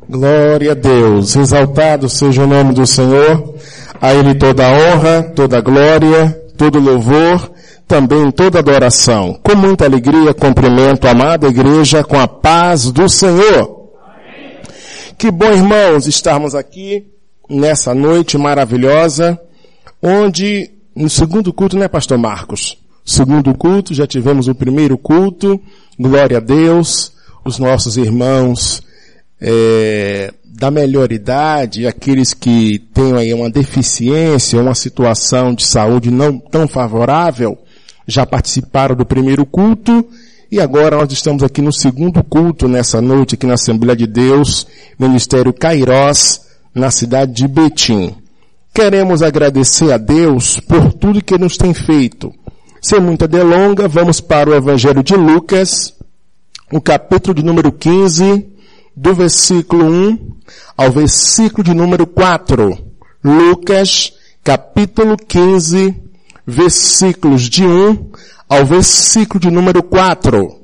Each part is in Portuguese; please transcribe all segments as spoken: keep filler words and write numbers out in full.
Glória a Deus, exaltado seja o nome do Senhor, a Ele toda a honra, toda a glória, todo louvor, também toda adoração. Com muita alegria cumprimento a amada igreja com a paz do Senhor. Amém. Que bom, irmãos, estarmos aqui nessa noite maravilhosa, onde no segundo culto, né, pastor Marcos? Segundo culto, já tivemos o primeiro culto, glória a Deus, os nossos irmãos É, da melhor idade, aqueles que têm aí uma deficiência, uma situação de saúde não tão favorável, já participaram do primeiro culto, e agora nós estamos aqui no segundo culto nessa noite, aqui na Assembleia de Deus, Ministério Cairós, na cidade de Betim. Queremos agradecer a Deus por tudo que Ele nos tem feito. Sem muita delonga, vamos para o Evangelho de Lucas, o capítulo de número quinze, do versículo um ao versículo de número quatro. Lucas, capítulo quinze, versículos de um ao versículo de número quatro.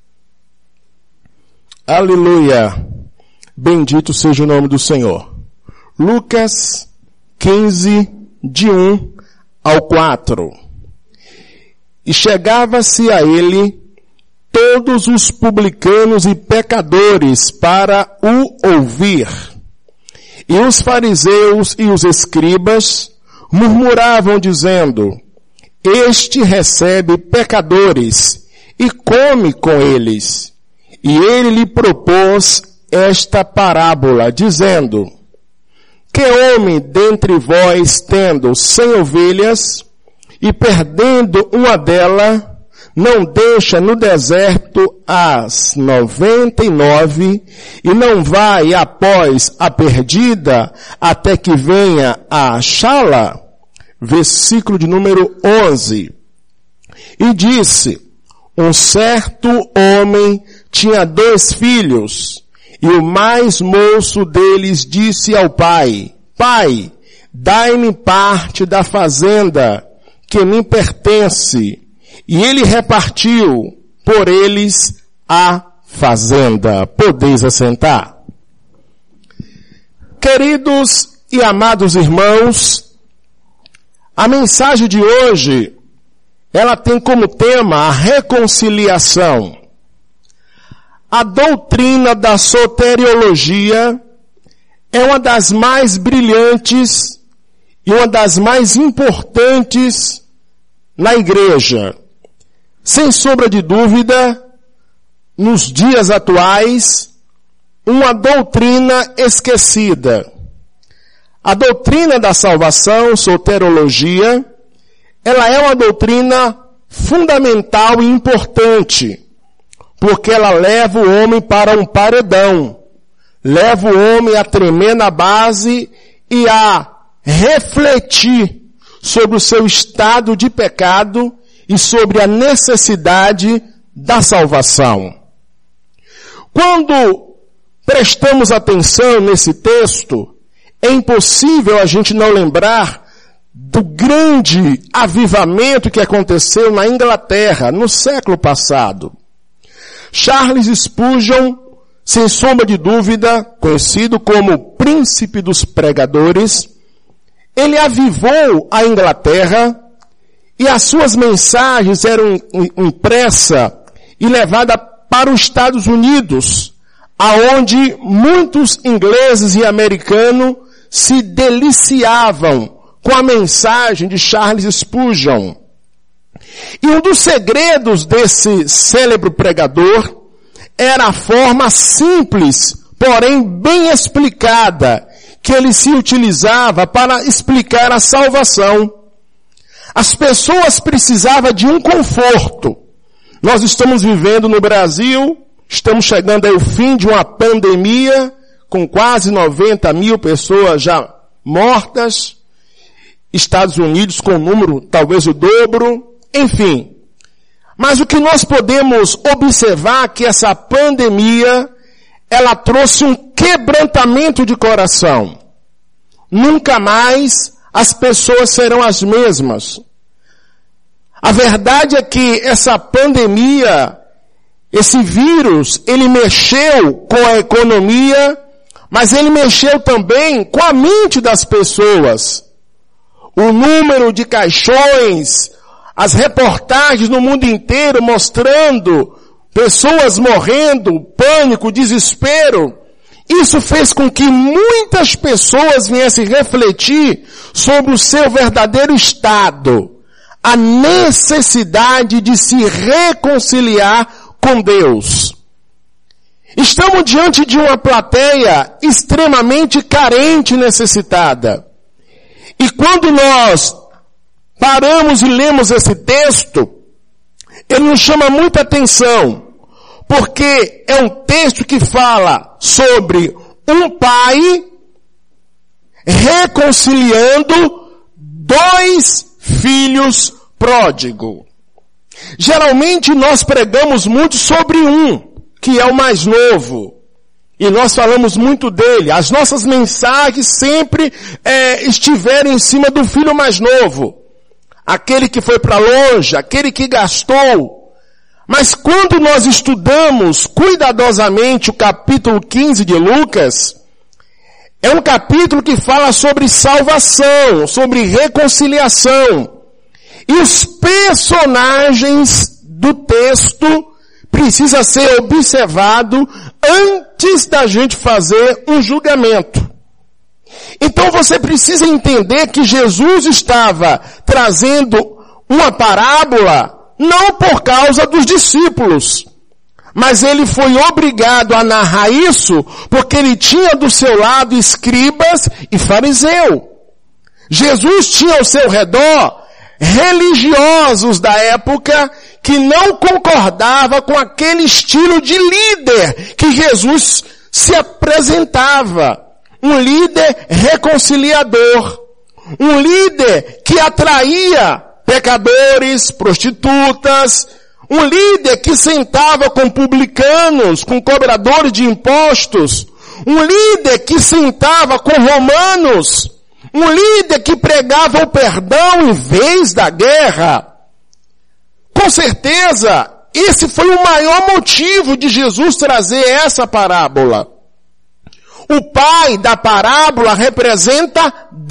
Aleluia! Bendito seja o nome do Senhor. Lucas quinze, de um ao quatro. E chegava-se a ele todos os publicanos e pecadores para o ouvir. E os fariseus e os escribas murmuravam dizendo: este recebe pecadores e come com eles. E ele lhe propôs esta parábola, dizendo: que homem dentre vós, tendo cem ovelhas e perdendo uma delas, não deixa no deserto as noventa e nove e não vai após a perdida até que venha a achá-la? Versículo de número onze. E disse: um certo homem tinha dois filhos, e o mais moço deles disse ao pai: pai, dai-me parte da fazenda que me pertence. E ele repartiu por eles a fazenda. Podeis assentar. Queridos e amados irmãos, a mensagem de hoje, ela tem como tema a reconciliação. A doutrina da soteriologia é uma das mais brilhantes e uma das mais importantes na igreja. Sem sombra de dúvida, nos dias atuais, uma doutrina esquecida. A doutrina da salvação, soteriologia, ela é uma doutrina fundamental e importante, porque ela leva o homem para um paredão, leva o homem a tremer na base e a refletir sobre o seu estado de pecado e sobre a necessidade da salvação. Quando prestamos atenção nesse texto, é impossível a gente não lembrar do grande avivamento que aconteceu na Inglaterra no século passado. Charles Spurgeon, sem sombra de dúvida, conhecido como príncipe dos pregadores, ele avivou a Inglaterra e as suas mensagens eram impressas e levadas para os Estados Unidos, aonde muitos ingleses e americanos se deliciavam com a mensagem de Charles Spurgeon. E um dos segredos desse célebre pregador era a forma simples, porém bem explicada, que ele se utilizava para explicar a salvação. As pessoas precisavam de um conforto. Nós estamos vivendo no Brasil, estamos chegando ao fim de uma pandemia, com quase noventa mil pessoas já mortas, Estados Unidos com o número talvez o dobro, enfim. Mas o que nós podemos observar é que essa pandemia, ela trouxe um quebrantamento de coração. Nunca mais as pessoas serão as mesmas. A verdade é que essa pandemia, esse vírus, ele mexeu com a economia, Mas ele mexeu também com a mente das pessoas. O número de caixões, as reportagens no mundo inteiro mostrando pessoas morrendo, pânico, desespero. Isso fez com que muitas pessoas viessem refletir sobre o seu verdadeiro estado. A necessidade de se reconciliar com Deus. Estamos diante de uma plateia extremamente carente e necessitada. E quando nós paramos e lemos esse texto, ele nos chama muita atenção, porque é um texto que fala sobre um pai reconciliando dois filhos pródigos. Geralmente nós pregamos muito sobre um, que é o mais novo. E nós falamos muito dele. As nossas mensagens sempre é, estiveram em cima do filho mais novo. Aquele que foi para longe, aquele que gastou. Mas quando nós estudamos cuidadosamente o capítulo quinze de Lucas, é um capítulo que fala sobre salvação, sobre reconciliação. E os personagens do texto precisa ser observado antes da gente fazer um julgamento. Então você precisa entender que Jesus estava trazendo uma parábola não por causa dos discípulos, mas ele foi obrigado a narrar isso porque ele tinha do seu lado escribas e fariseu. Jesus tinha ao seu redor religiosos da época que não concordava com aquele estilo de líder que Jesus se apresentava. Um líder reconciliador. Um líder que atraía pecadores, prostitutas. Um líder que sentava com publicanos, com cobradores de impostos. Um líder que sentava com romanos. Um líder que pregava o perdão em vez da guerra. Com certeza, esse foi o maior motivo de Jesus trazer essa parábola. O pai da parábola representa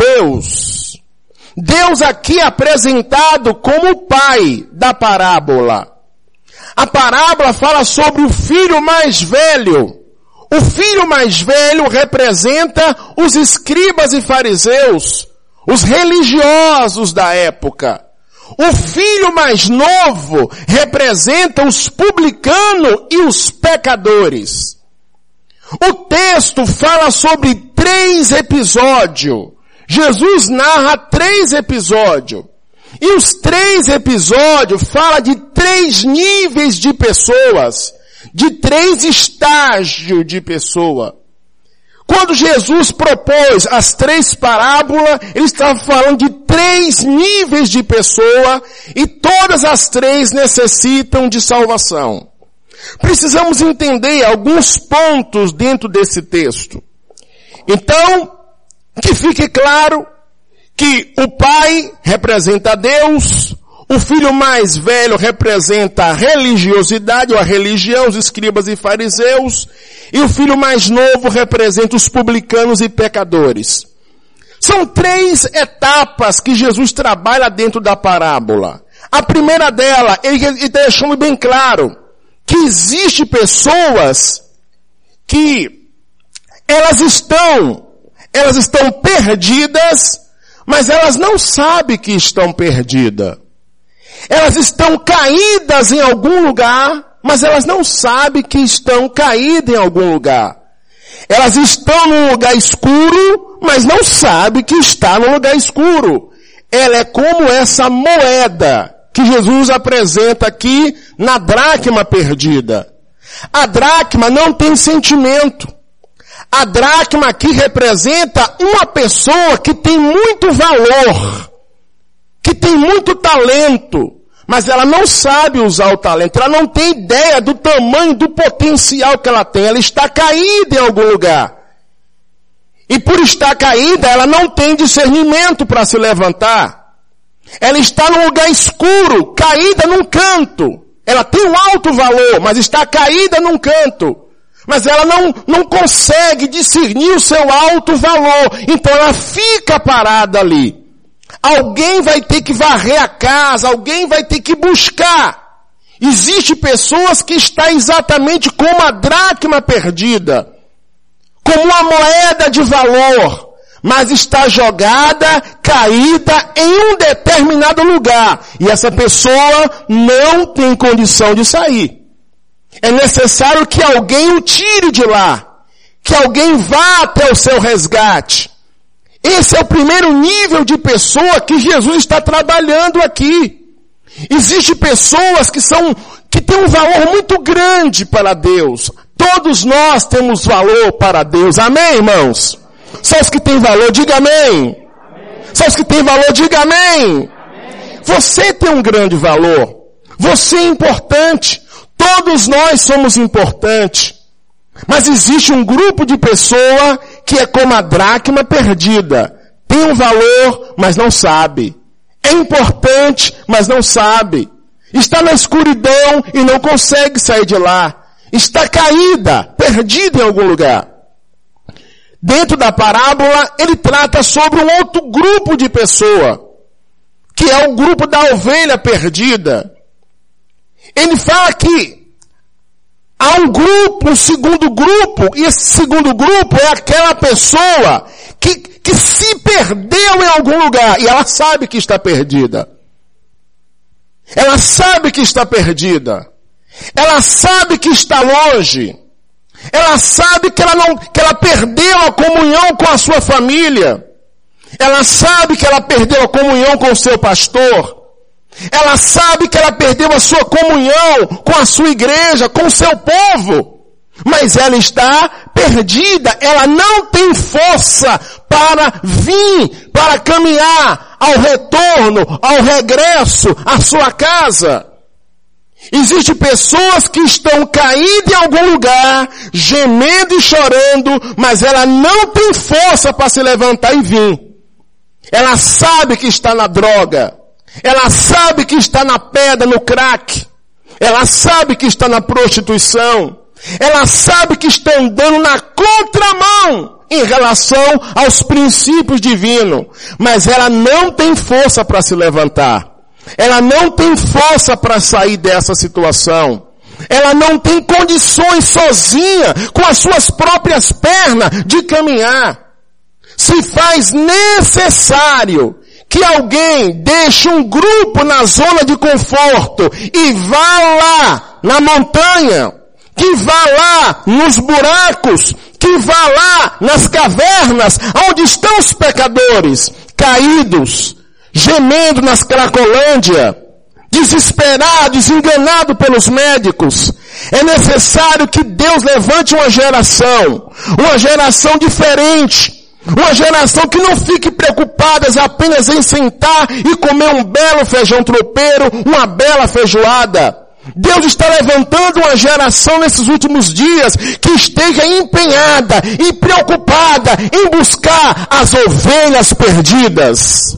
Deus. Deus aqui é apresentado como o pai da parábola. A parábola fala sobre o filho mais velho. O filho mais velho representa os escribas e fariseus, os religiosos da época. O filho mais novo representa os publicanos e os pecadores. O texto fala sobre três episódios. Jesus narra três episódios. E os três episódios falam de três níveis de pessoas. De três estágios de pessoa. Quando Jesus propôs as três parábolas, ele estava falando de três níveis de pessoa e todas as três necessitam de salvação. Precisamos entender alguns pontos dentro desse texto. Então, que fique claro que o pai representa Deus, o filho mais velho representa a religiosidade ou a religião, os escribas e fariseus, e o filho mais novo representa os publicanos e pecadores. São três etapas que Jesus trabalha dentro da parábola. A primeira dela, ele está deixando bem claro que existem pessoas que elas estão, elas estão perdidas, mas elas não sabem que estão perdidas. Elas estão caídas em algum lugar, mas elas não sabem que estão caídas em algum lugar. Elas estão num lugar escuro, mas não sabem que está no lugar escuro. Ela é como essa moeda que Jesus apresenta aqui na dracma perdida. A dracma não tem sentimento. A dracma aqui representa uma pessoa que tem muito valor, que tem muito talento, mas ela não sabe usar o talento, ela não tem ideia do tamanho, do potencial que ela tem, ela está caída em algum lugar. E por estar caída, ela não tem discernimento para se levantar. Ela está num lugar escuro, caída num canto. Ela tem um alto valor, mas está caída num canto. Mas ela não, não consegue discernir o seu alto valor. Então ela fica parada ali. Alguém vai ter que varrer a casa, alguém vai ter que buscar. Existem pessoas que estão exatamente como a dracma perdida, como uma moeda de valor, mas está jogada, caída em um determinado lugar. E essa pessoa não tem condição de sair. É necessário que alguém o tire de lá, que alguém vá até o seu resgate. Esse é o primeiro nível de pessoa que Jesus está trabalhando aqui. Existem pessoas que são, que têm um valor muito grande para Deus. Todos nós temos valor para Deus. Amém, irmãos? Só os que têm valor, diga amém. Amém. Só os que têm valor, diga amém. Amém. Você tem um grande valor. Você é importante. Todos nós somos importantes. Mas existe um grupo de pessoas que é como a dracma perdida. Tem um valor, mas não sabe. É importante, mas não sabe. Está na escuridão e não consegue sair de lá. Está caída, perdida em algum lugar. Dentro da parábola, ele trata sobre um outro grupo de pessoa, que é o grupo da ovelha perdida. Ele fala que há um grupo, um segundo grupo, e esse segundo grupo é aquela pessoa que, que se perdeu em algum lugar, e ela sabe que está perdida. Ela sabe que está perdida. Ela sabe que está longe. Ela sabe que ela não, que ela perdeu a comunhão com a sua família. Ela sabe que ela perdeu a comunhão com o seu pastor. Ela sabe que ela perdeu a sua comunhão com a sua igreja, com o seu povo. Mas ela está perdida. Ela não tem força para vir, para caminhar ao retorno, ao regresso à sua casa. Existem pessoas que estão caídas em algum lugar, gemendo e chorando, mas ela não tem força para se levantar e vir. Ela sabe que está na droga. Ela sabe que está na pedra, no crack. Ela sabe que está na prostituição. Ela sabe que está andando na contramão em relação aos princípios divinos. Mas ela não tem força para se levantar. Ela não tem força para sair dessa situação. Ela não tem condições sozinha, com as suas próprias pernas, de caminhar. Se faz necessário que alguém deixe um grupo na zona de conforto e vá lá na montanha, que vá lá nos buracos, que vá lá nas cavernas, onde estão os pecadores caídos, gemendo nas Cracolândia, desesperados, enganados pelos médicos. É necessário que Deus levante uma geração, uma geração diferente, uma geração que não fique preocupada apenas em sentar e comer um belo feijão tropeiro, uma bela feijoada. Deus está levantando uma geração nesses últimos dias que esteja empenhada e preocupada em buscar as ovelhas perdidas.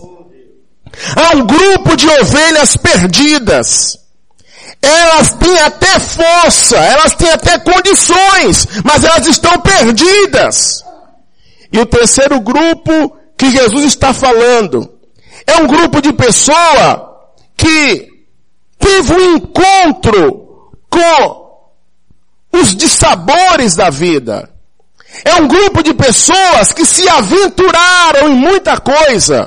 Há um grupo de ovelhas perdidas. Elas têm até força, elas têm até condições, mas elas estão perdidas. E o terceiro grupo que Jesus está falando é um grupo de pessoa que teve um encontro com os dissabores da vida. É um grupo de pessoas que se aventuraram em muita coisa.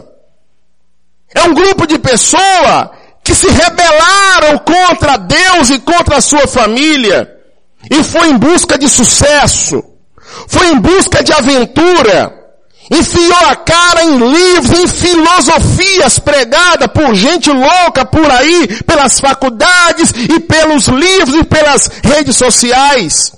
É um grupo de pessoas que se rebelaram contra Deus e contra a sua família. E foi em busca de sucesso. Foi em busca de aventura. Enfiou a cara em livros, em filosofias pregadas por gente louca por aí, pelas faculdades e pelos livros e pelas redes sociais.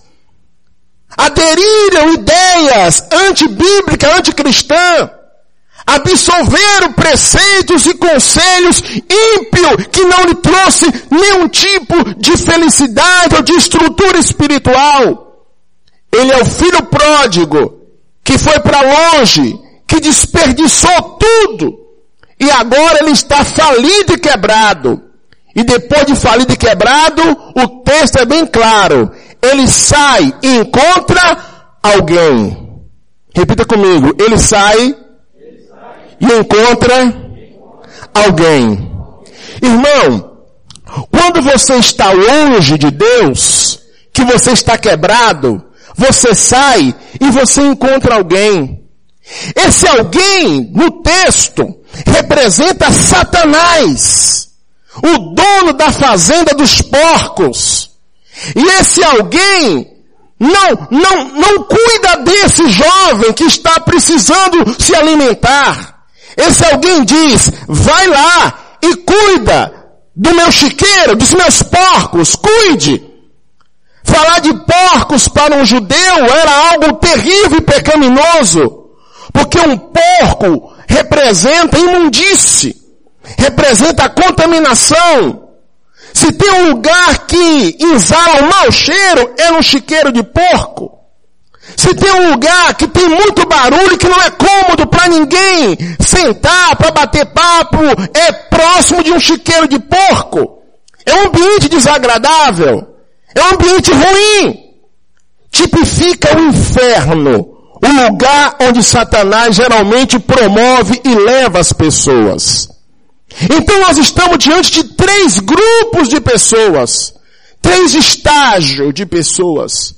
Aderiram ideias antibíblicas, anticristãs. Absolveram preceitos e conselhos ímpios que não lhe trouxe nenhum tipo de felicidade ou de estrutura espiritual. Ele é o filho pródigo que foi para longe, que desperdiçou tudo. E agora ele está falido e quebrado. E depois de falido e quebrado, o texto é bem claro. ele sai e encontra alguém. Repita comigo. Ele sai e encontra alguém. Irmão, quando você está longe de Deus, que você está quebrado, você sai e você encontra alguém. Esse alguém, no texto, representa Satanás, o dono da fazenda dos porcos. E esse alguém não, não, não cuida desse jovem que está precisando se alimentar. Esse alguém diz, vai lá e cuida do meu chiqueiro, dos meus porcos, cuide. Falar de porcos para um judeu era algo terrível e pecaminoso, porque um porco representa imundície, representa a contaminação. Se tem um lugar que exala um mau cheiro, é no chiqueiro de porco. Se tem um lugar que tem muito barulho, que não é cômodo para ninguém sentar, para bater papo, é próximo de um chiqueiro de porco. É um ambiente desagradável. É um ambiente ruim. Tipifica o inferno, o lugar onde Satanás geralmente promove e leva as pessoas. Então nós estamos diante de três grupos de pessoas, três estágios de pessoas.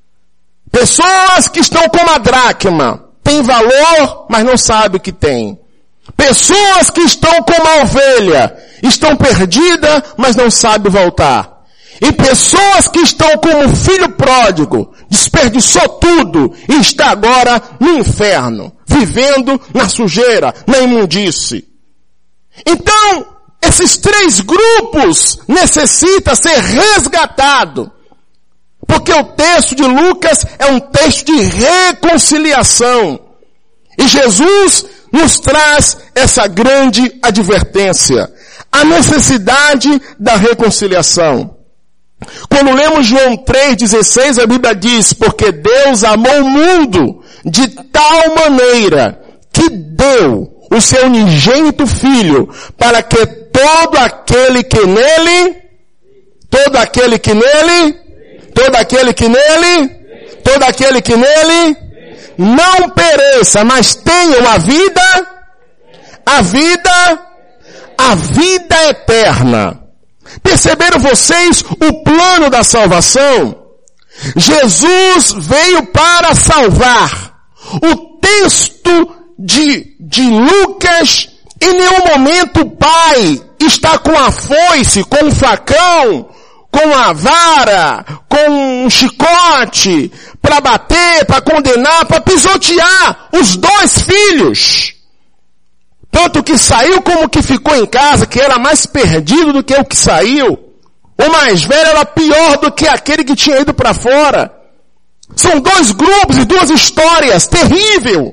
Pessoas que estão como a dracma, tem valor, mas não sabe o que tem. Pessoas que estão como a ovelha, estão perdidas, mas não sabem voltar. E pessoas que estão como o filho pródigo, desperdiçou tudo e está agora no inferno, vivendo na sujeira, na imundície. Então, esses três grupos necessitam ser resgatados. Porque o texto de Lucas é um texto de reconciliação. E Jesus nos traz essa grande advertência. A necessidade da reconciliação. Quando lemos João três, dezesseis, a Bíblia diz, porque Deus amou o mundo de tal maneira que deu o seu unigênito Filho, para que todo aquele que nele, todo aquele que nele, todo aquele que nele, todo aquele que nele, não pereça, mas tenha uma vida, a vida, a vida eterna. Perceberam vocês o plano da salvação? Jesus veio para salvar. O texto de, de Lucas, em nenhum momento o pai está com a foice, com o facão, com a vara, com um chicote, para bater, para condenar, para pisotear os dois filhos. Tanto que saiu como que ficou em casa, que era mais perdido do que o que saiu. O mais velho era pior do que aquele que tinha ido para fora. São dois grupos e duas histórias, terrível.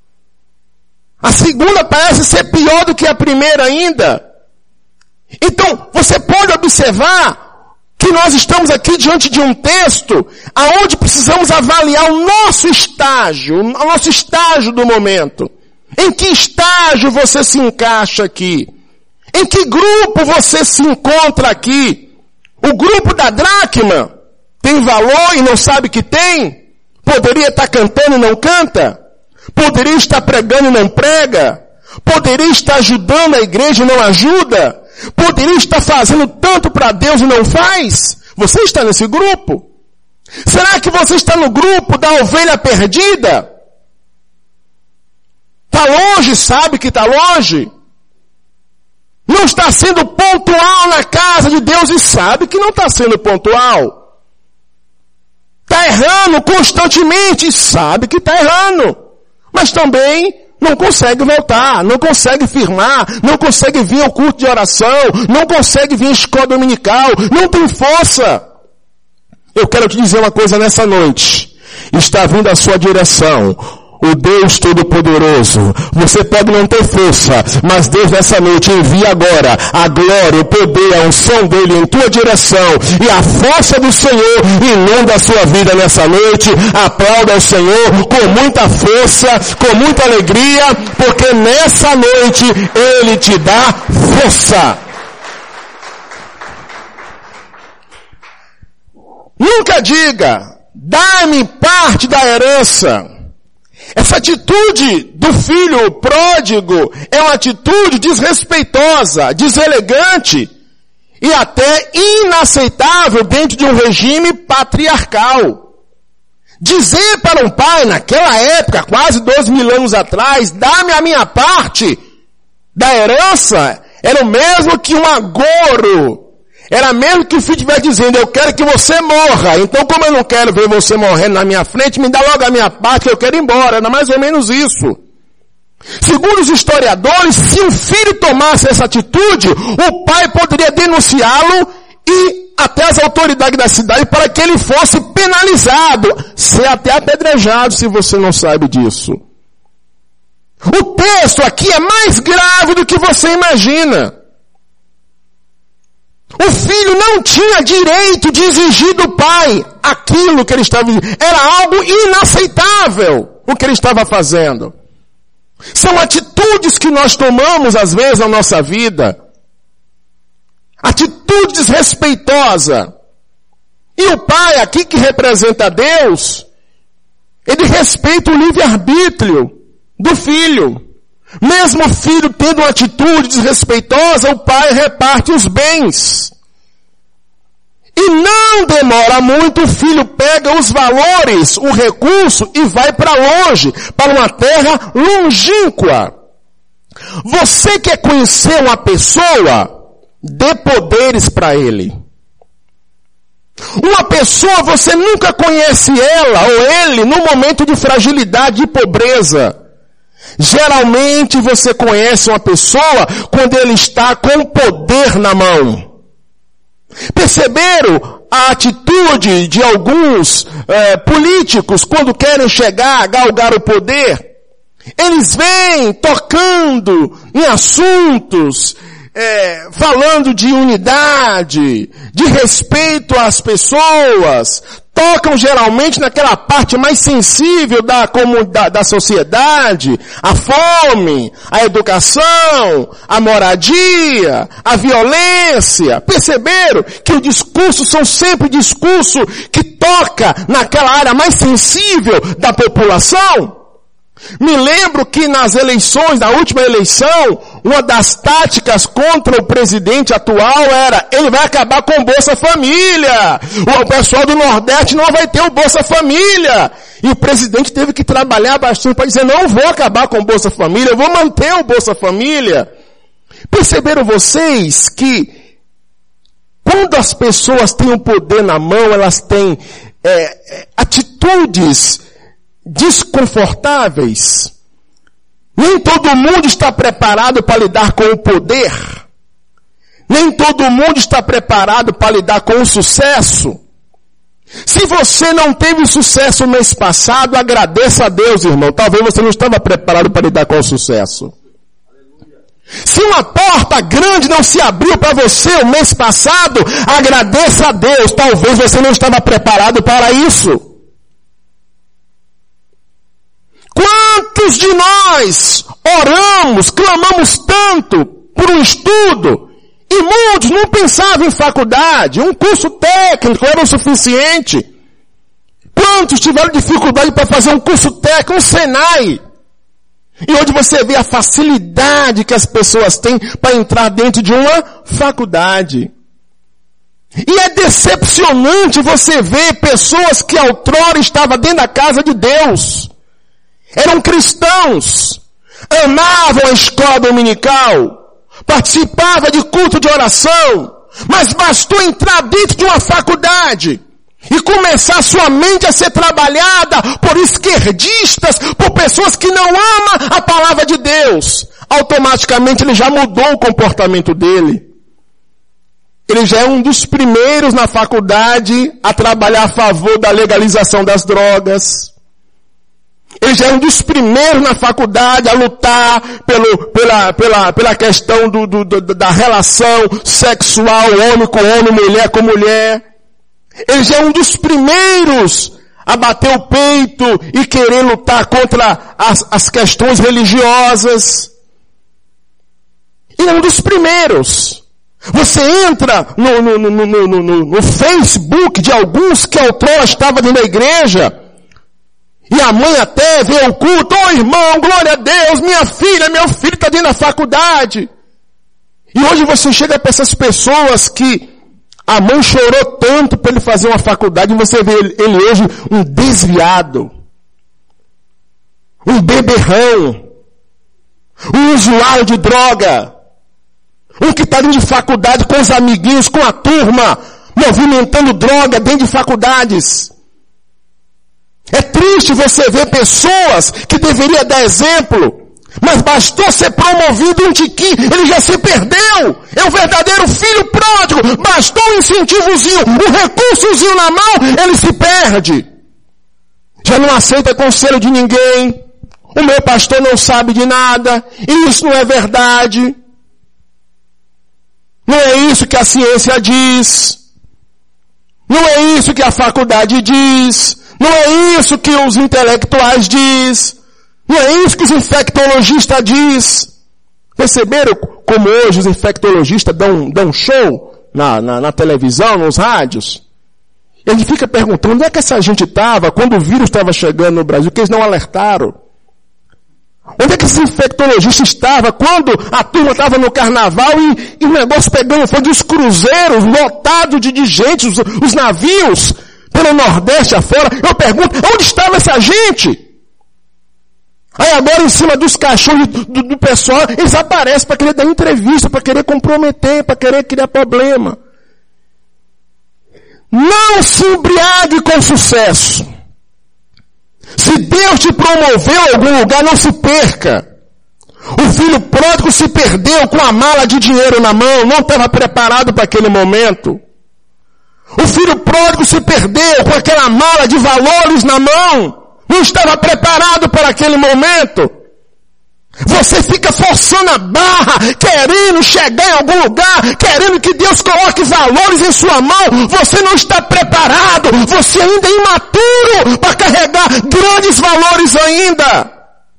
A segunda parece ser pior do que a primeira ainda. Então, você pode observar que nós estamos aqui diante de um texto aonde precisamos avaliar o nosso estágio, o nosso estágio do momento. Em que estágio você se encaixa aqui? Em que grupo você se encontra aqui? O grupo da dracma tem valor e não sabe que tem? Poderia estar cantando e não canta? Poderia estar pregando e não prega? Poderia estar ajudando a igreja e não ajuda? Poderia estar fazendo tanto para Deus e não faz? Você está nesse grupo? Será que você está no grupo da ovelha perdida? Está longe, sabe que está longe? Não está sendo pontual na casa de Deus e sabe que não está sendo pontual. Está errando constantemente e sabe que está errando. Mas também não consegue voltar, não consegue firmar, não consegue vir ao culto de oração, não consegue vir à escola dominical, não tem força. Eu quero te dizer uma coisa nessa noite. Está vindo à sua direção o Deus Todo-Poderoso. Você pode não ter força, mas Deus nessa noite envia agora a glória, o poder, a unção dele em tua direção. E a força do Senhor inunda a sua vida nessa noite. Aplauda o Senhor com muita força, com muita alegria, porque nessa noite Ele te dá força. Nunca diga, dá-me parte da herança. Essa atitude do filho pródigo é uma atitude desrespeitosa, deselegante e até inaceitável dentro de um regime patriarcal. Dizer para um pai, naquela época, quase dois mil anos atrás, dá-me a minha parte da herança, era o mesmo que um agouro. Era mesmo que o filho estivesse dizendo, eu quero que você morra. Então, como eu não quero ver você morrendo na minha frente, me dá logo a minha parte que eu quero ir embora. Era mais ou menos isso. Segundo os historiadores, se o filho tomasse essa atitude, o pai poderia denunciá-lo e até as autoridades da cidade para que ele fosse penalizado, ser até apedrejado, se você não sabe disso. O texto aqui é mais grave do que você imagina. O filho não tinha direito de exigir do pai aquilo que ele estava dizendo. Era algo inaceitável o que ele estava fazendo. São atitudes que nós tomamos às vezes na nossa vida. Atitude desrespeitosa. E o pai aqui que representa Deus, ele respeita o livre-arbítrio do filho. Mesmo o filho tendo uma atitude desrespeitosa, o pai reparte os bens. E não demora muito, o filho pega os valores, o recurso e vai para longe, para uma terra longínqua. Você quer conhecer uma pessoa? Dê poderes para ele. Uma pessoa, você nunca conhece ela ou ele no momento de fragilidade e pobreza. Geralmente você conhece uma pessoa quando ele está com o poder na mão. Perceberam a atitude de alguns é, políticos quando querem chegar, galgar o poder? Eles vêm tocando em assuntos, é, falando de unidade, de respeito às pessoas, tocam geralmente naquela parte mais sensível da, da, da sociedade, a fome, a educação, a moradia, a violência. Perceberam que os discursos são sempre discursos que toca naquela área mais sensível da população? Me lembro que nas eleições, na última eleição, uma das táticas contra o presidente atual era, ele vai acabar com o Bolsa Família. O pessoal do Nordeste não vai ter o Bolsa Família. E o presidente teve que trabalhar bastante para dizer, não vou acabar com o Bolsa Família, eu vou manter o Bolsa Família. Perceberam vocês que quando as pessoas têm o poder na mão, elas têm é, atitudes desconfortáveis? Nem todo mundo está preparado para lidar com o poder. Nem todo mundo está preparado para lidar com o sucesso. Se você não teve sucesso no mês passado, agradeça a Deus, irmão. Talvez você não estava preparado para lidar com o sucesso. Se uma porta grande não se abriu para você o mês passado, agradeça a Deus. Talvez você não estava preparado para isso. Quantos de nós oramos, clamamos tanto por um estudo, e muitos não pensavam em faculdade, um curso técnico era o suficiente. Quantos tiveram dificuldade para fazer um curso técnico, um Senai? E hoje você vê a facilidade que as pessoas têm para entrar dentro de uma faculdade. E é decepcionante você ver pessoas que outrora estavam dentro da casa de Deus. Eram cristãos, amavam a escola dominical, participavam de culto de oração, mas bastou entrar dentro de uma faculdade e começar sua mente a ser trabalhada por esquerdistas, por pessoas que não amam a palavra de Deus. Automaticamente ele já mudou o comportamento dele. Ele já é um dos primeiros na faculdade a trabalhar a favor da legalização das drogas. Ele já é um dos primeiros na faculdade a lutar pelo, pela, pela, pela questão do, do, do, da relação sexual, homem com homem, mulher com mulher. Ele já é um dos primeiros a bater o peito e querer lutar contra as, as questões religiosas. Ele é um dos primeiros. Você entra no, no, no, no, no, no Facebook de alguns que outrora estavam dentro da igreja, e a mãe até vê o culto, ô oh, irmão, glória a Deus, minha filha, meu filho está dentro da faculdade. E hoje você chega para essas pessoas que a mãe chorou tanto para ele fazer uma faculdade, e você vê ele, ele hoje um desviado, um beberrão, um usuário de droga, um que está dentro de faculdade com os amiguinhos, com a turma, movimentando droga dentro de faculdades. É triste você ver pessoas que deveriam dar exemplo, mas bastou ser promovido um tiquinho, ele já se perdeu. É o verdadeiro filho pródigo. Bastou um incentivozinho, um recursozinho na mão, ele se perde. Já não aceita conselho de ninguém. O meu pastor não sabe de nada. E isso não é verdade. Não é isso que a ciência diz. Não é isso que a faculdade diz. Não é isso que os intelectuais diz. Não é isso que os infectologistas diz. Perceberam como hoje os infectologistas dão, dão show na, na, na televisão, nos rádios? Ele fica perguntando onde é que essa gente estava quando o vírus estava chegando no Brasil, que eles não alertaram. Onde é que esses infectologistas estavam quando a turma estava no carnaval e, e o negócio pegando fogo, os cruzeiros lotados de, de gente, os, os navios pelo Nordeste afora? Eu pergunto, onde estava essa gente? Aí agora em cima dos cachorros do, do, do pessoal, eles aparecem para querer dar entrevista, para querer comprometer, para querer criar problema. Não se embriague com sucesso. Se Deus te promoveu a algum lugar, não se perca. O filho pródigo se perdeu com a mala de dinheiro na mão, não estava preparado para aquele momento. O filho pródigo se perdeu com aquela mala de valores na mão, não estava preparado para aquele momento. Você fica forçando a barra, querendo chegar em algum lugar, querendo que Deus coloque valores em sua mão. Você não está preparado, você ainda é imaturo para carregar grandes valores ainda.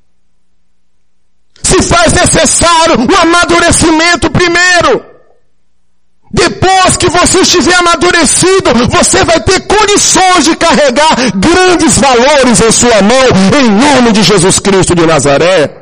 Se faz necessário um amadurecimento primeiro. Depois que você estiver amadurecido, você vai ter condições de carregar grandes valores em sua mão, em nome de Jesus Cristo de Nazaré.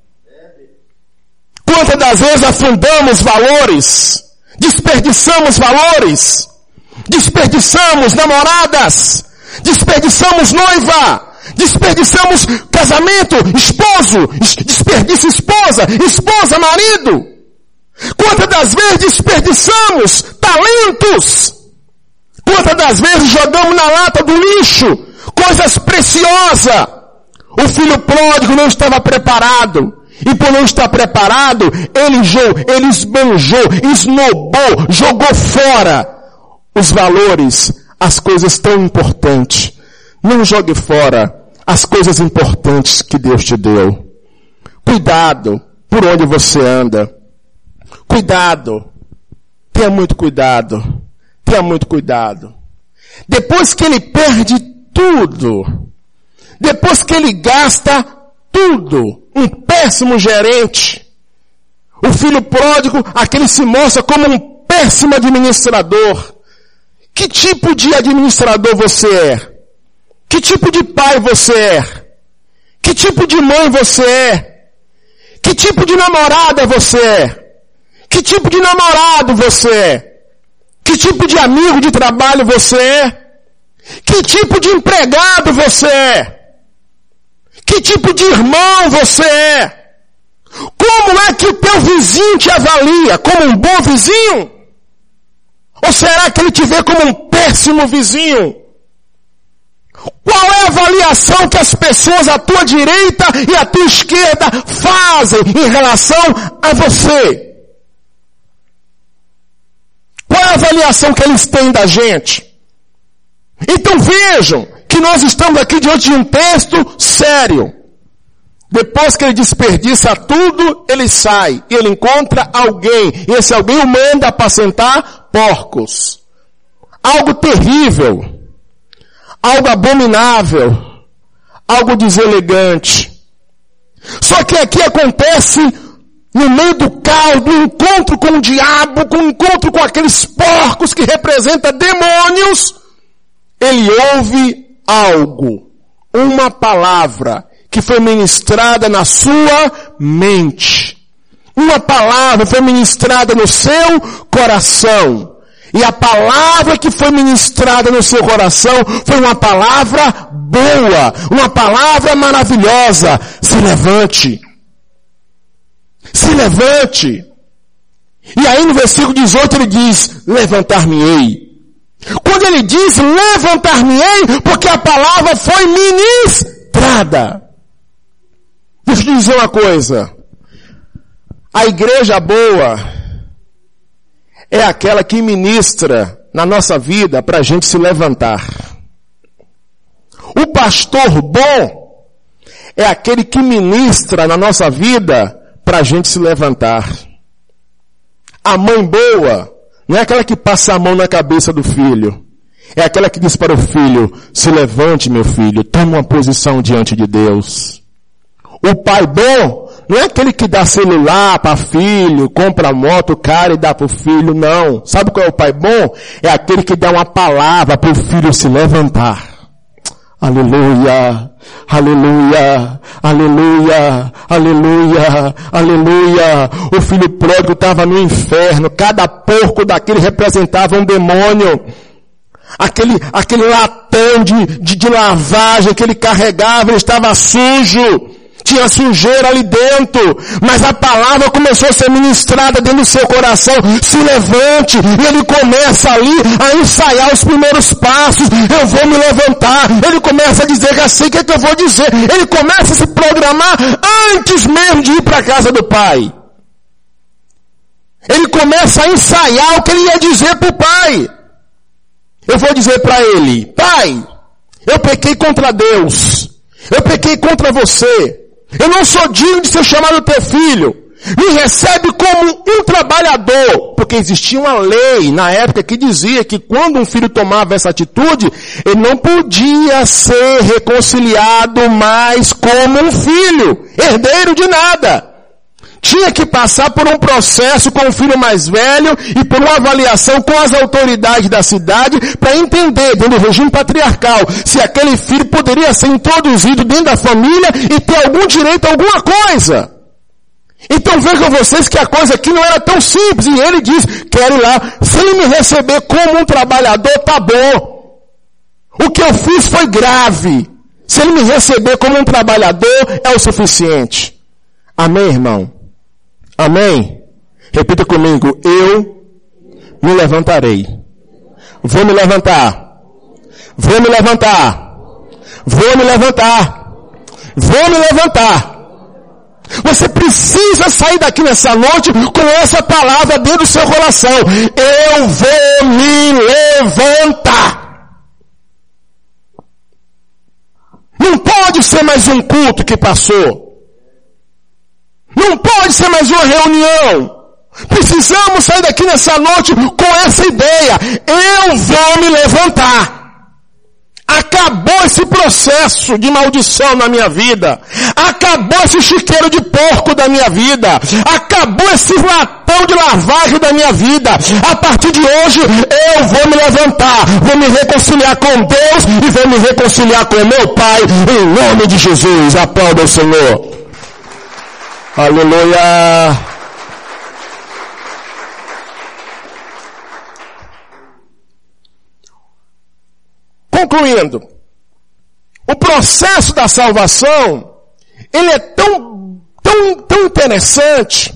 Quantas das vezes afundamos valores, desperdiçamos valores, desperdiçamos namoradas, desperdiçamos noiva, desperdiçamos casamento, esposo, desperdiça esposa, esposa, marido. Quantas das vezes desperdiçamos talentos, quantas das vezes jogamos na lata do lixo coisas preciosas. O filho pródigo não estava preparado. E por não estar preparado, ele, ele esbanjou, esnobou, jogou fora os valores, as coisas tão importantes. Não jogue fora as coisas importantes que Deus te deu. Cuidado por onde você anda. Cuidado. Tenha muito cuidado. Tenha muito cuidado. Depois que ele perde tudo, depois que ele gasta tudo, um péssimo gerente. O filho pródigo, aquele se mostra como um péssimo administrador. Que tipo de administrador você é? Que tipo de pai você é? Que tipo de mãe você é? Que tipo de namorada você é? Que tipo de namorado você é? Que tipo de amigo de trabalho você é? Que tipo de empregado você é? Que tipo de irmão você é? Como é que o teu vizinho te avalia? Como um bom vizinho? Ou será que ele te vê como um péssimo vizinho? Qual é a avaliação que as pessoas à tua direita e à tua esquerda fazem em relação a você? Qual é a avaliação que eles têm da gente? Então vejam que nós estamos aqui diante de um texto sério. Depois que ele desperdiça tudo, ele sai e ele encontra alguém. E esse alguém o manda apacentar porcos. Algo terrível. Algo abominável. Algo deselegante. Só que aqui acontece no meio do caos, do encontro com o diabo, com o encontro com aqueles porcos que representam demônios, ele ouve algo, uma palavra que foi ministrada na sua mente. Uma palavra foi ministrada no seu coração. E a palavra que foi ministrada no seu coração foi uma palavra boa, uma palavra maravilhosa. Se levante. Se levante. E aí no versículo dezoito ele diz, levantar-me-ei. Quando ele diz levantar-me-ei, porque a palavra foi ministrada. Deixa eu te dizer uma coisa. A igreja boa é aquela que ministra na nossa vida para a gente se levantar. O pastor bom é aquele que ministra na nossa vida para a gente se levantar. A mãe boa não é aquela que passa a mão na cabeça do filho. É aquela que diz para o filho, se levante meu filho, tome uma posição diante de Deus. O pai bom não é aquele que dá celular para filho, compra moto cara e dá para o filho, não. Sabe qual é o pai bom? É aquele que dá uma palavra para o filho se levantar. Aleluia, aleluia, aleluia, aleluia, aleluia. O filho pródigo estava no inferno, cada porco daquele representava um demônio. Aquele, aquele latão de, de, de lavagem que ele carregava, ele estava sujo. Tinha sujeira ali dentro, mas a palavra começou a ser ministrada dentro do seu coração. Se levante, e ele começa ali a ensaiar os primeiros passos. Eu vou me levantar. Ele começa a dizer, já sei o que é que eu vou dizer. Ele começa a se programar antes mesmo de ir para a casa do pai. Ele começa a ensaiar o que ele ia dizer para o pai. Eu vou dizer para ele, pai, eu pequei contra Deus. Eu pequei contra você. Eu não sou digno de ser chamado teu filho. Me recebe como um trabalhador. Porque existia uma lei na época que dizia que quando um filho tomava essa atitude, ele não podia ser reconciliado mais como um filho, herdeiro de nada. Tinha que passar por um processo com o filho mais velho e por uma avaliação com as autoridades da cidade para entender, dentro do regime patriarcal, se aquele filho poderia ser introduzido dentro da família e ter algum direito a alguma coisa. Então vejam vocês que a coisa aqui não era tão simples. E ele diz, quero ir lá, se ele me receber como um trabalhador, tá bom. O que eu fiz foi grave. Se ele me receber como um trabalhador, é o suficiente. Amém, irmão? Amém? Repita comigo, eu me levantarei. Vou me levantar. Vou me levantar. Vou me levantar. Vou me levantar. Você precisa sair daqui nessa noite com essa palavra dentro do seu coração. Eu vou me levantar. Não pode ser mais um culto que passou. Não pode ser mais uma reunião. Precisamos sair daqui nessa noite com essa ideia. Eu vou me levantar. Acabou esse processo de maldição na minha vida. Acabou esse chiqueiro de porco da minha vida. Acabou esse latão de lavagem da minha vida. A partir de hoje, eu vou me levantar. Vou me reconciliar com Deus e vou me reconciliar com meu Pai. Em nome de Jesus. Aplauda o Senhor. Aleluia. Concluindo, o processo da salvação, ele é tão, tão, tão interessante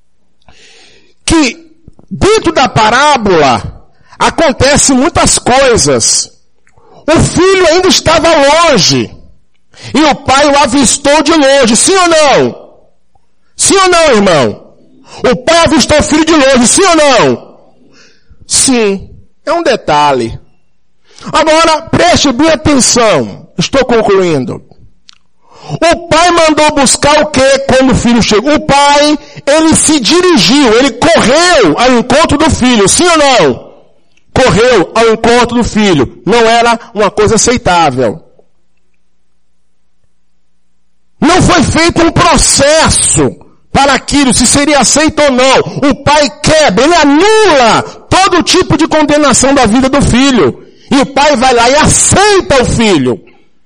que dentro da parábola acontecem muitas coisas. O filho ainda estava longe e o pai o avistou de longe, sim ou não? Sim ou não, irmão? O pai avistou o filho de longe, sim ou não? Sim, é um detalhe. Agora, preste bem atenção. Estou concluindo. O pai mandou buscar o quê quando o filho chegou? O pai, ele se dirigiu, ele correu ao encontro do filho, sim ou não? Correu ao encontro do filho. Não era uma coisa aceitável. Não foi feito um processo para aquilo, se seria aceito ou não. O pai quebra, ele anula todo tipo de condenação da vida do filho. E o pai vai lá e aceita o filho.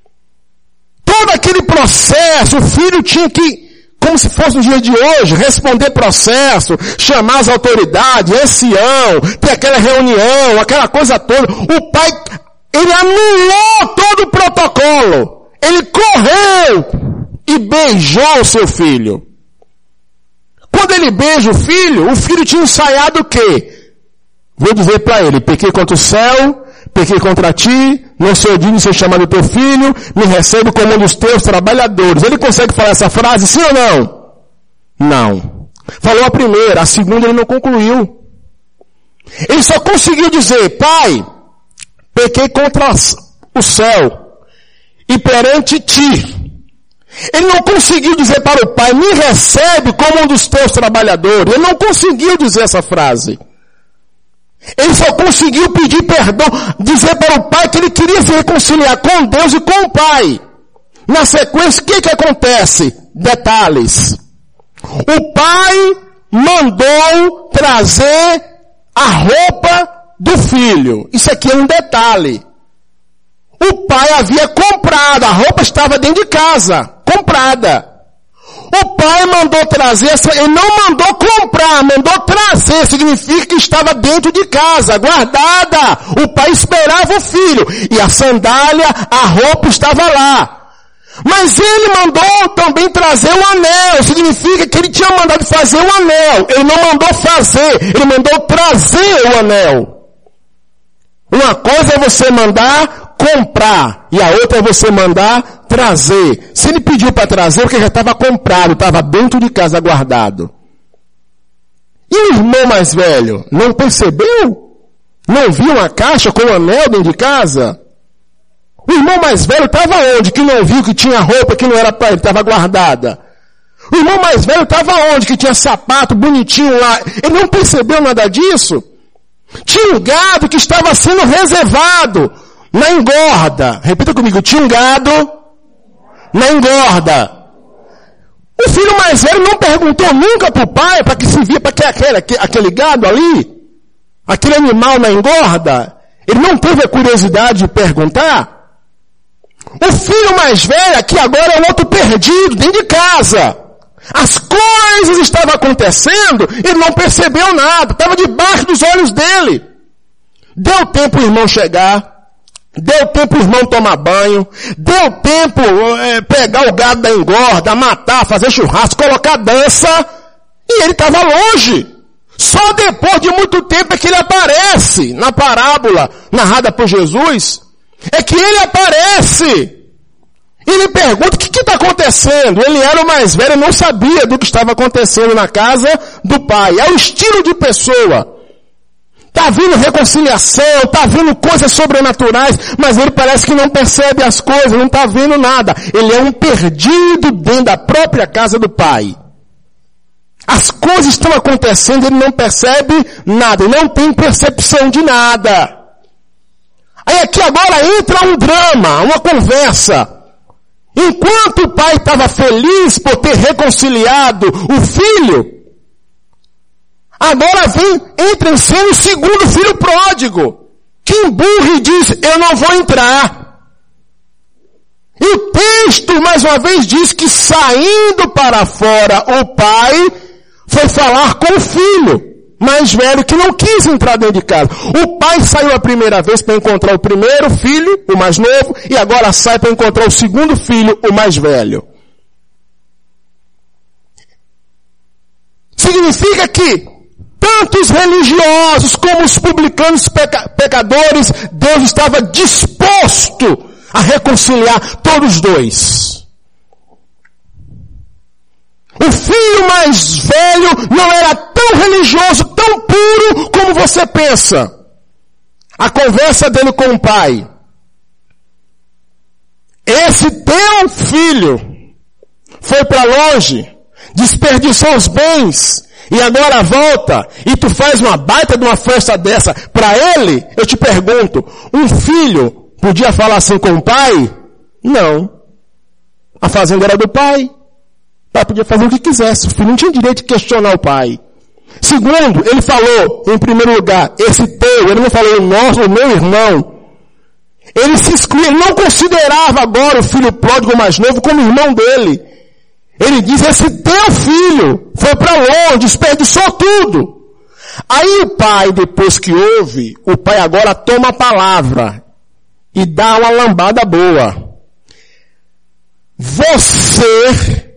Todo aquele processo, o filho tinha que, como se fosse no dia de hoje, responder processo, chamar as autoridades, ancião, ter aquela reunião, aquela coisa toda. O pai, ele anulou todo o protocolo. Ele correu e beijou o seu filho. Quando ele beija o filho, o filho tinha ensaiado o quê? Vou dizer para ele, pequei contra o céu, pequei contra ti, não sou digno de ser chamado teu filho, me recebe como um dos teus trabalhadores. Ele consegue falar essa frase, sim ou não? Não. Falou a primeira, a segunda ele não concluiu. Ele só conseguiu dizer, pai, pequei contra o céu e perante ti. Ele não conseguiu dizer para o pai, me recebe como um dos teus trabalhadores. Ele não conseguiu dizer essa frase. Ele só conseguiu pedir perdão, dizer para o pai que ele queria se reconciliar com Deus e com o pai. Na sequência, o que que acontece? Detalhes. O pai mandou trazer a roupa do filho. Isso aqui é um detalhe. O pai havia comprado, a roupa estava dentro de casa, comprada. O pai mandou trazer, ele não mandou comprar, mandou trazer, significa que estava dentro de casa, guardada. O pai esperava o filho, e a sandália, a roupa estava lá. Mas ele mandou também trazer o anel, significa que ele tinha mandado fazer o anel. Ele não mandou fazer, ele mandou trazer o anel. Uma coisa é você mandar comprar, e a outra é você mandar trazer. Se ele pediu para trazer, porque já estava comprado, estava dentro de casa guardado. E o irmão mais velho, não percebeu? Não viu uma caixa com um anel dentro de casa? O irmão mais velho estava onde? Que não viu que tinha roupa que não era para ele, estava guardada. O irmão mais velho estava onde? Que tinha sapato bonitinho lá. Ele não percebeu nada disso? Tinha um gado que estava sendo reservado na engorda. Repita comigo, tinha um gado na engorda. O filho mais velho não perguntou nunca para o pai para que servia para que aquele, aquele gado ali, aquele animal na engorda. Ele não teve a curiosidade de perguntar. O filho mais velho, que agora é um outro perdido dentro de casa. As coisas estavam acontecendo, ele não percebeu nada, estava debaixo dos olhos dele. Deu tempo o irmão chegar, deu tempo o irmão tomar banho, deu tempo é, pegar o gado da engorda, matar, fazer churrasco, colocar dança, e ele estava longe. Só depois de muito tempo é que ele aparece na parábola narrada por Jesus, é que ele aparece. Ele pergunta, o que está acontecendo? Ele era o mais velho, não sabia do que estava acontecendo na casa do pai. É o estilo de pessoa. Está vindo reconciliação, está vindo coisas sobrenaturais, mas ele parece que não percebe as coisas, não está vendo nada. Ele é um perdido dentro da própria casa do pai. As coisas estão acontecendo, ele não percebe nada, ele não tem percepção de nada. Aí aqui agora entra um drama, uma conversa. Enquanto o pai estava feliz por ter reconciliado o filho, agora vem, entra em cena o segundo filho pródigo, que emburra e diz, eu não vou entrar. E o texto, mais uma vez, diz que saindo para fora, o pai foi falar com o filho mais velho, que não quis entrar dentro de casa. O pai saiu a primeira vez para encontrar o primeiro filho, o mais novo, e agora sai para encontrar o segundo filho, o mais velho. Significa que tanto os religiosos como os publicanos peca- pecadores, Deus estava disposto a reconciliar todos os dois. O filho mais velho não era tão religioso, tão puro como você pensa. A conversa dele com o pai. Esse teu filho foi para longe, desperdiçou os bens, e agora volta, e tu faz uma baita de uma festa dessa para ele. Eu te pergunto, um filho podia falar assim com o pai? Não. A fazenda era do pai. pai podia fazer o que quisesse. O filho não tinha direito de questionar o pai. Segundo, ele falou, em primeiro lugar, esse teu, ele não falou o nosso, o meu irmão. Ele se excluía, ele não considerava agora o filho pródigo mais novo como irmão dele. Ele diz, esse teu filho foi para longe, desperdiçou tudo. Aí o pai, depois que ouve, o pai agora toma a palavra e dá uma lambada boa. Você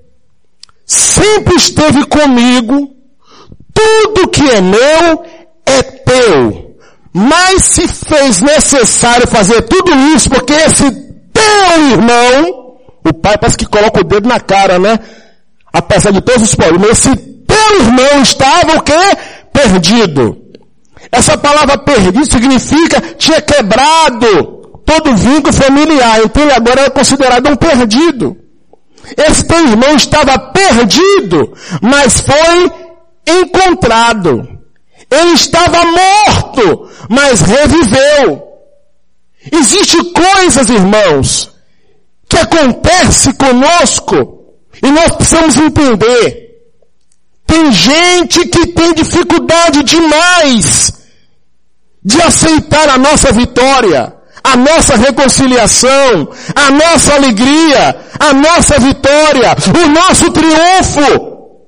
sempre esteve comigo, tudo que é meu é teu. Mas se fez necessário fazer tudo isso, porque esse teu irmão, o pai parece que coloca o dedo na cara, né? Apesar de todos os problemas, esse teu irmão estava o quê? Perdido. Essa palavra perdido significa tinha quebrado todo vínculo familiar, então ele agora era considerado um perdido. Esse teu irmão estava perdido, mas foi encontrado. Ele estava morto, mas reviveu. Existem coisas, irmãos, que acontecem conosco e nós precisamos entender. Tem gente que tem dificuldade demais de aceitar a nossa vitória, a nossa reconciliação, a nossa alegria, a nossa vitória, o nosso triunfo.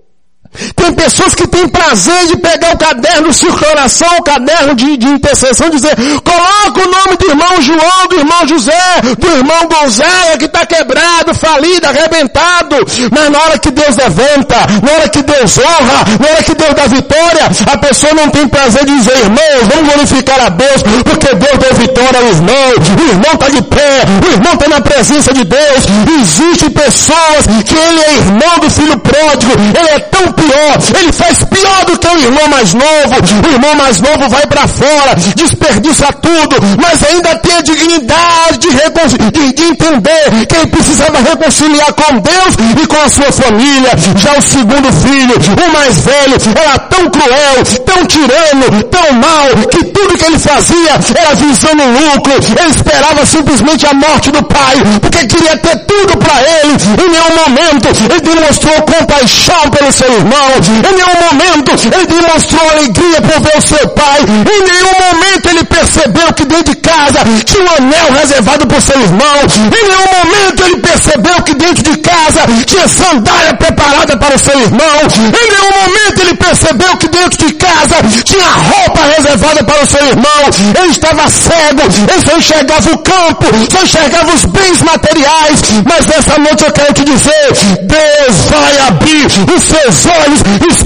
Tem pessoas que têm prazer de pegar o caderno de circulação, o caderno de, de intercessão, e dizer, coloca o nome do irmão João, do irmão José, do irmão Gonzaga, que está quebrado, falido, arrebentado. Mas na hora que Deus levanta, na hora que Deus honra, na hora que Deus dá vitória, a pessoa não tem prazer de dizer, irmãos, vamos glorificar a Deus, porque Deus deu vitória ao irmão, o irmão está de pé, o irmão está na presença de Deus. Existem pessoas que ele é irmão do filho pródigo, ele é tão pior, ele faz pior do que o irmão mais novo. O irmão mais novo vai para fora, desperdiça tudo, mas ainda tem a dignidade de, de, de entender que ele precisava reconciliar com Deus e com a sua família. Já o segundo filho, o mais velho, era tão cruel, tão tirano, tão mau, que tudo que ele fazia era visando lucro. Ele esperava simplesmente a morte do pai, porque queria ter tudo para ele. Em nenhum momento ele demonstrou compaixão pelo seu irmão. Em nenhum momento ele demonstrou alegria por ver o seu pai. Em nenhum momento ele percebeu que dentro de casa tinha um anel reservado para o seu irmão. Em nenhum momento ele percebeu que dentro de casa tinha sandália preparada para o seu irmão. Em nenhum momento ele percebeu que dentro de casa tinha roupa reservada para o seu irmão. Ele estava cego, ele só enxergava o campo, só enxergava os bens materiais. Mas nessa noite eu quero te dizer, Deus vai abrir os seus olhos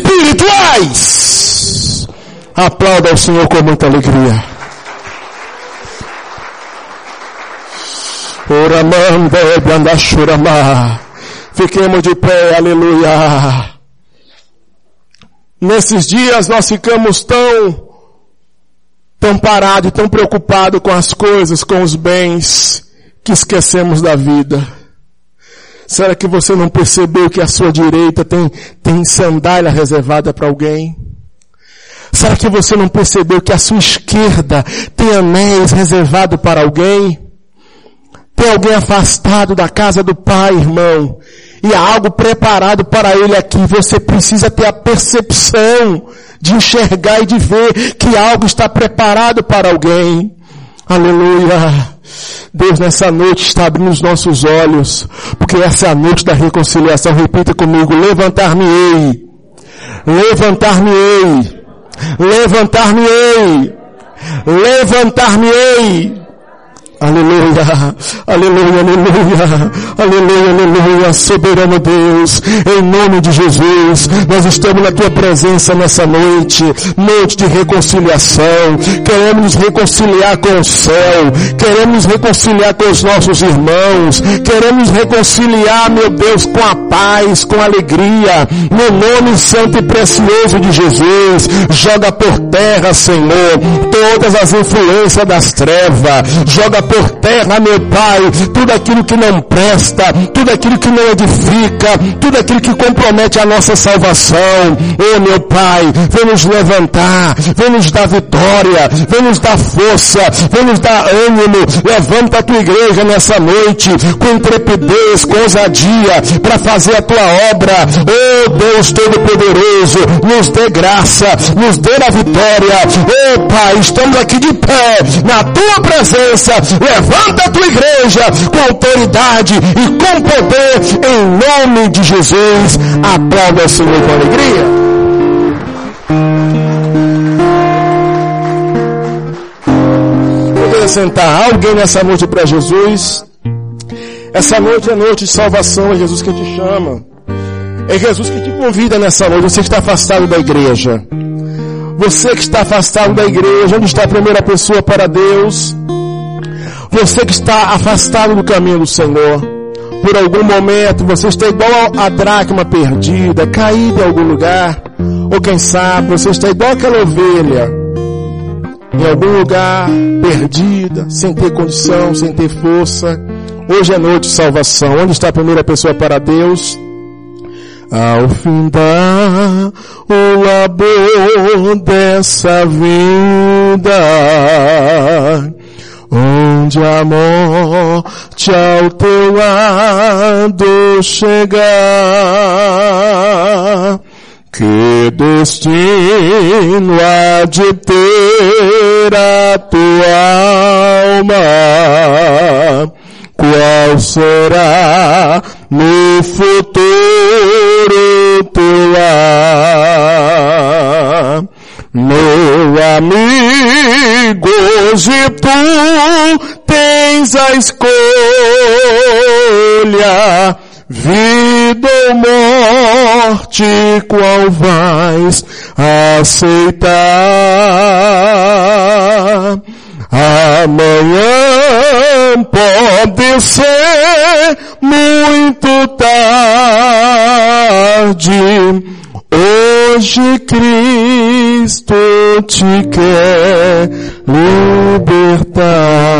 espirituais. Aplauda ao Senhor com muita alegria. Fiquemos de pé, aleluia. Nesses dias nós ficamos tão, tão parados, tão preocupados com as coisas, com os bens, que esquecemos da vida. Será que você não percebeu que à sua direita tem, tem sandália reservada para alguém? Será que você não percebeu que à sua esquerda tem anéis reservados para alguém? Tem alguém afastado da casa do Pai, irmão, e há algo preparado para ele aqui. Você precisa ter a percepção de enxergar e de ver que algo está preparado para alguém. Aleluia. Deus nessa noite está abrindo os nossos olhos, porque essa é a noite da reconciliação. Repita comigo, levantar-me-ei, levantar-me-ei, levantar-me-ei, levantar-me-ei. Aleluia, aleluia, aleluia, aleluia, aleluia, soberano Deus, em nome de Jesus, nós estamos na tua presença nessa noite, noite de reconciliação. Queremos nos reconciliar com o céu, queremos nos reconciliar com os nossos irmãos, queremos reconciliar, meu Deus, com a paz, com a alegria, no nome santo e precioso de Jesus. Joga por terra, Senhor, todas as influências das trevas, joga por terra, meu Pai, tudo aquilo que não presta, tudo aquilo que não edifica, tudo aquilo que compromete a nossa salvação. Oh, meu Pai, vem nos levantar, vem nos dar vitória, vem nos dar força, vem nos dar ânimo. Levanta a tua igreja nessa noite com intrepidez, com ousadia, para fazer a tua obra. Oh, Deus Todo-Poderoso, nos dê graça, nos dê a vitória. Oh, Pai, estamos aqui de pé na tua presença. Levanta a tua igreja com autoridade e com poder, em nome de Jesus. Aplauda o Senhor com alegria. Poder sentar alguém nessa noite para Jesus. Essa noite é noite de salvação, é Jesus que te chama. É Jesus que te convida nessa noite. Você que está afastado da igreja. Você que está afastado da igreja, onde está a primeira pessoa para Deus. Você que está afastado do caminho do Senhor. Por algum momento você está igual a dracma perdida, caída em algum lugar. Ou quem sabe você está igual aquela ovelha, em algum lugar, perdida, sem ter condição, sem ter força. Hoje é noite de salvação. Onde está a primeira pessoa para Deus? Ao findar o labor dessa vida, onde a morte ao teu lado chegar, que destino há de ter a tua alma? Qual será no futuro teu lar? Meu amigo, hoje tu tens a escolha, vida ou morte, qual vais aceitar? Amanhã pode ser muito tarde. Hoje Cristo te quer libertar.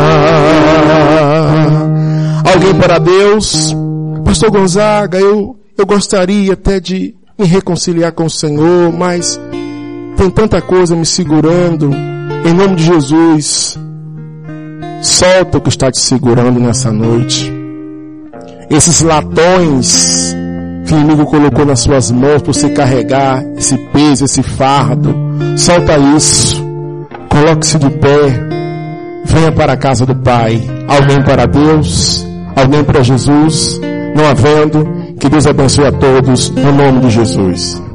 Alguém para Deus? Pastor Gonzaga, eu, eu gostaria até de me reconciliar com o Senhor, mas tem tanta coisa me segurando. Em nome de Jesus, solta o que está te segurando nessa noite. Esses latões que o inimigo colocou nas suas mãos para você carregar esse peso, esse fardo, solta isso. Coloque-se de pé. Venha para a casa do Pai. Alguém para Deus, alguém para Jesus. Não havendo, que Deus abençoe a todos no nome de Jesus.